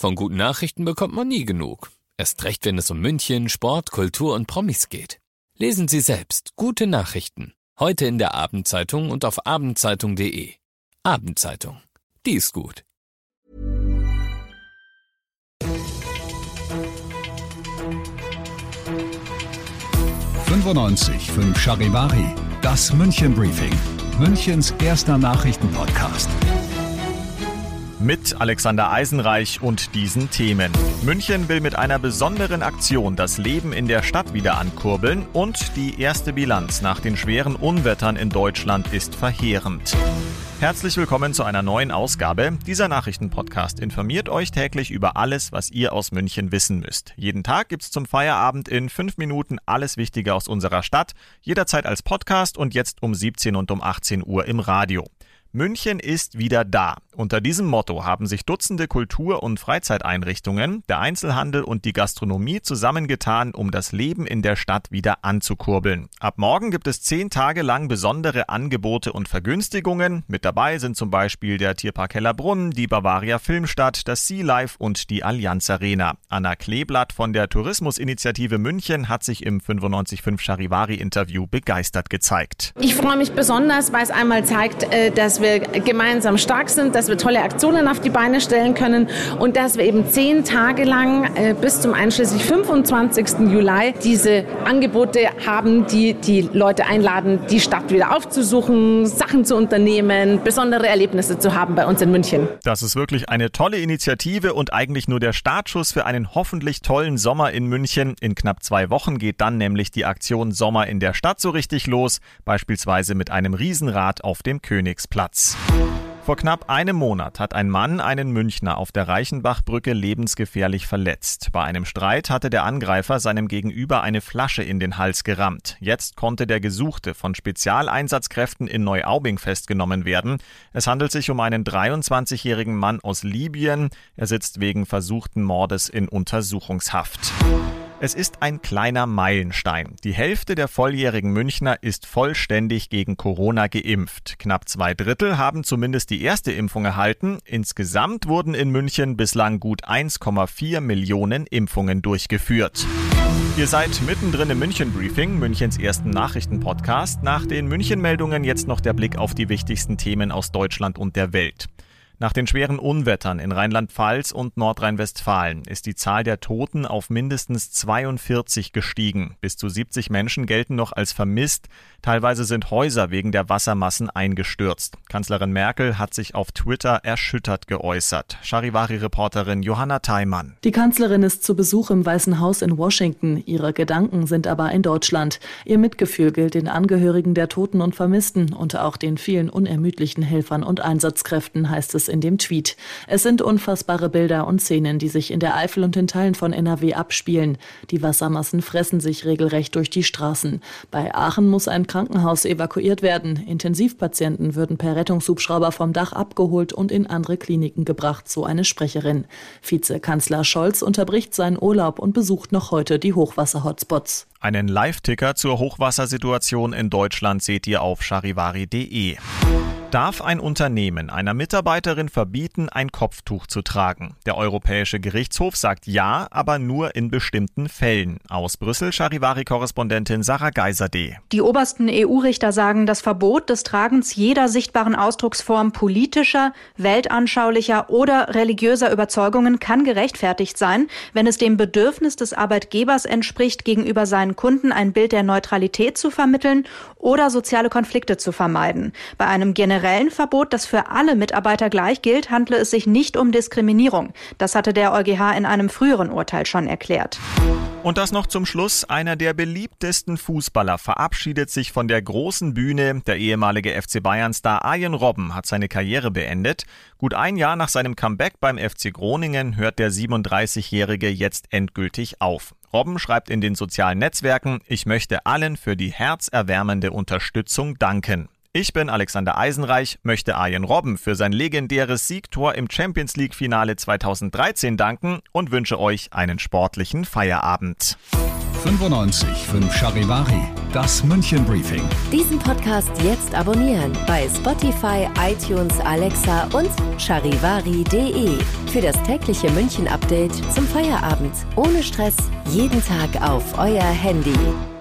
Von guten Nachrichten bekommt man nie genug. Erst recht, wenn es um München, Sport, Kultur und Promis geht. Lesen Sie selbst gute Nachrichten. Heute in der Abendzeitung und auf abendzeitung.de. Abendzeitung. Die ist gut. 95.5 Charivari, das München Briefing, Münchens erster Nachrichtenpodcast. Mit Alexander Eisenreich und diesen Themen. München will mit einer besonderen Aktion das Leben in der Stadt wieder ankurbeln und die erste Bilanz nach den schweren Unwettern in Deutschland ist verheerend. Herzlich willkommen zu einer neuen Ausgabe. Dieser Nachrichtenpodcast informiert euch täglich über alles, was ihr aus München wissen müsst. Jeden Tag gibt's zum Feierabend in 5 Minuten alles Wichtige aus unserer Stadt, jederzeit als Podcast und jetzt um 17 und um 18 Uhr im Radio. München ist wieder da. Unter diesem Motto haben sich Dutzende Kultur- und Freizeiteinrichtungen, der Einzelhandel und die Gastronomie zusammengetan, um das Leben in der Stadt wieder anzukurbeln. Ab morgen gibt es 10 Tage lang besondere Angebote und Vergünstigungen. Mit dabei sind zum Beispiel der Tierpark Hellerbrunn, die Bavaria Filmstadt, das Sea Life und die Allianz Arena. Anna Kleeblatt von der Tourismusinitiative München hat sich im 95.5 Charivari-Interview begeistert gezeigt. Ich freue mich besonders, weil es einmal zeigt, dass wir gemeinsam stark sind, dass wir tolle Aktionen auf die Beine stellen können und dass wir eben 10 Tage lang bis zum einschließlich 25. Juli diese Angebote haben, die die Leute einladen, die Stadt wieder aufzusuchen, Sachen zu unternehmen, besondere Erlebnisse zu haben bei uns in München. Das ist wirklich eine tolle Initiative und eigentlich nur der Startschuss für einen hoffentlich tollen Sommer in München. In knapp 2 Wochen geht dann nämlich die Aktion Sommer in der Stadt so richtig los, beispielsweise mit einem Riesenrad auf dem Königsplatz. Vor knapp einem Monat hat ein Mann einen Münchner auf der Reichenbachbrücke lebensgefährlich verletzt. Bei einem Streit hatte der Angreifer seinem Gegenüber eine Flasche in den Hals gerammt. Jetzt konnte der Gesuchte von Spezialeinsatzkräften in Neuaubing festgenommen werden. Es handelt sich um einen 23-jährigen Mann aus Libyen. Er sitzt wegen versuchten Mordes in Untersuchungshaft. Es ist ein kleiner Meilenstein. Die Hälfte der volljährigen Münchner ist vollständig gegen Corona geimpft. Knapp 2/3 haben zumindest die erste Impfung erhalten. Insgesamt wurden in München bislang gut 1,4 Millionen Impfungen durchgeführt. Ihr seid mittendrin im München Briefing, Münchens ersten Nachrichtenpodcast. Nach den München-Meldungen jetzt noch der Blick auf die wichtigsten Themen aus Deutschland und der Welt. Nach den schweren Unwettern in Rheinland-Pfalz und Nordrhein-Westfalen ist die Zahl der Toten auf mindestens 42 gestiegen. Bis zu 70 Menschen gelten noch als vermisst. Teilweise sind Häuser wegen der Wassermassen eingestürzt. Kanzlerin Merkel hat sich auf Twitter erschüttert geäußert. Charivari-Reporterin Johanna Theimann. Die Kanzlerin ist zu Besuch im Weißen Haus in Washington. Ihre Gedanken sind aber in Deutschland. Ihr Mitgefühl gilt den Angehörigen der Toten und Vermissten und auch den vielen unermüdlichen Helfern und Einsatzkräften, heißt es in dem Tweet. Es sind unfassbare Bilder und Szenen, die sich in der Eifel und in Teilen von NRW abspielen. Die Wassermassen fressen sich regelrecht durch die Straßen. Bei Aachen muss ein Krankenhaus evakuiert werden. Intensivpatienten würden per Rettungshubschrauber vom Dach abgeholt und in andere Kliniken gebracht, so eine Sprecherin. Vizekanzler Scholz unterbricht seinen Urlaub und besucht noch heute die Hochwasser-Hotspots. Einen Live-Ticker zur Hochwassersituation in Deutschland seht ihr auf charivari.de. Darf ein Unternehmen einer Mitarbeiterin verbieten, ein Kopftuch zu tragen? Der Europäische Gerichtshof sagt ja, aber nur in bestimmten Fällen. Aus Brüssel Charivari-Korrespondentin Sarah Geiserde. Die obersten EU-Richter sagen, das Verbot des Tragens jeder sichtbaren Ausdrucksform politischer, weltanschaulicher oder religiöser Überzeugungen kann gerechtfertigt sein, wenn es dem Bedürfnis des Arbeitgebers entspricht, gegenüber seinen Kunden ein Bild der Neutralität zu vermitteln oder soziale Konflikte zu vermeiden. Bei einem generellen Verbot, das für alle Mitarbeiter gleich gilt, handle es sich nicht um Diskriminierung. Das hatte der EuGH in einem früheren Urteil schon erklärt. Und das noch zum Schluss. Einer der beliebtesten Fußballer verabschiedet sich von der großen Bühne. Der ehemalige FC Bayern-Star Arjen Robben hat seine Karriere beendet. Gut ein Jahr nach seinem Comeback beim FC Groningen hört der 37-Jährige jetzt endgültig auf. Robben schreibt in den sozialen Netzwerken: Ich möchte allen für die herzerwärmende Unterstützung danken. Ich bin Alexander Eisenreich, möchte Arjen Robben für sein legendäres Siegtor im Champions-League-Finale 2013 danken und wünsche euch einen sportlichen Feierabend. 95.5 Charivari, das München Briefing. Diesen Podcast jetzt abonnieren bei Spotify, iTunes, Alexa und charivari.de. Für das tägliche München-Update zum Feierabend. Ohne Stress, jeden Tag auf euer Handy.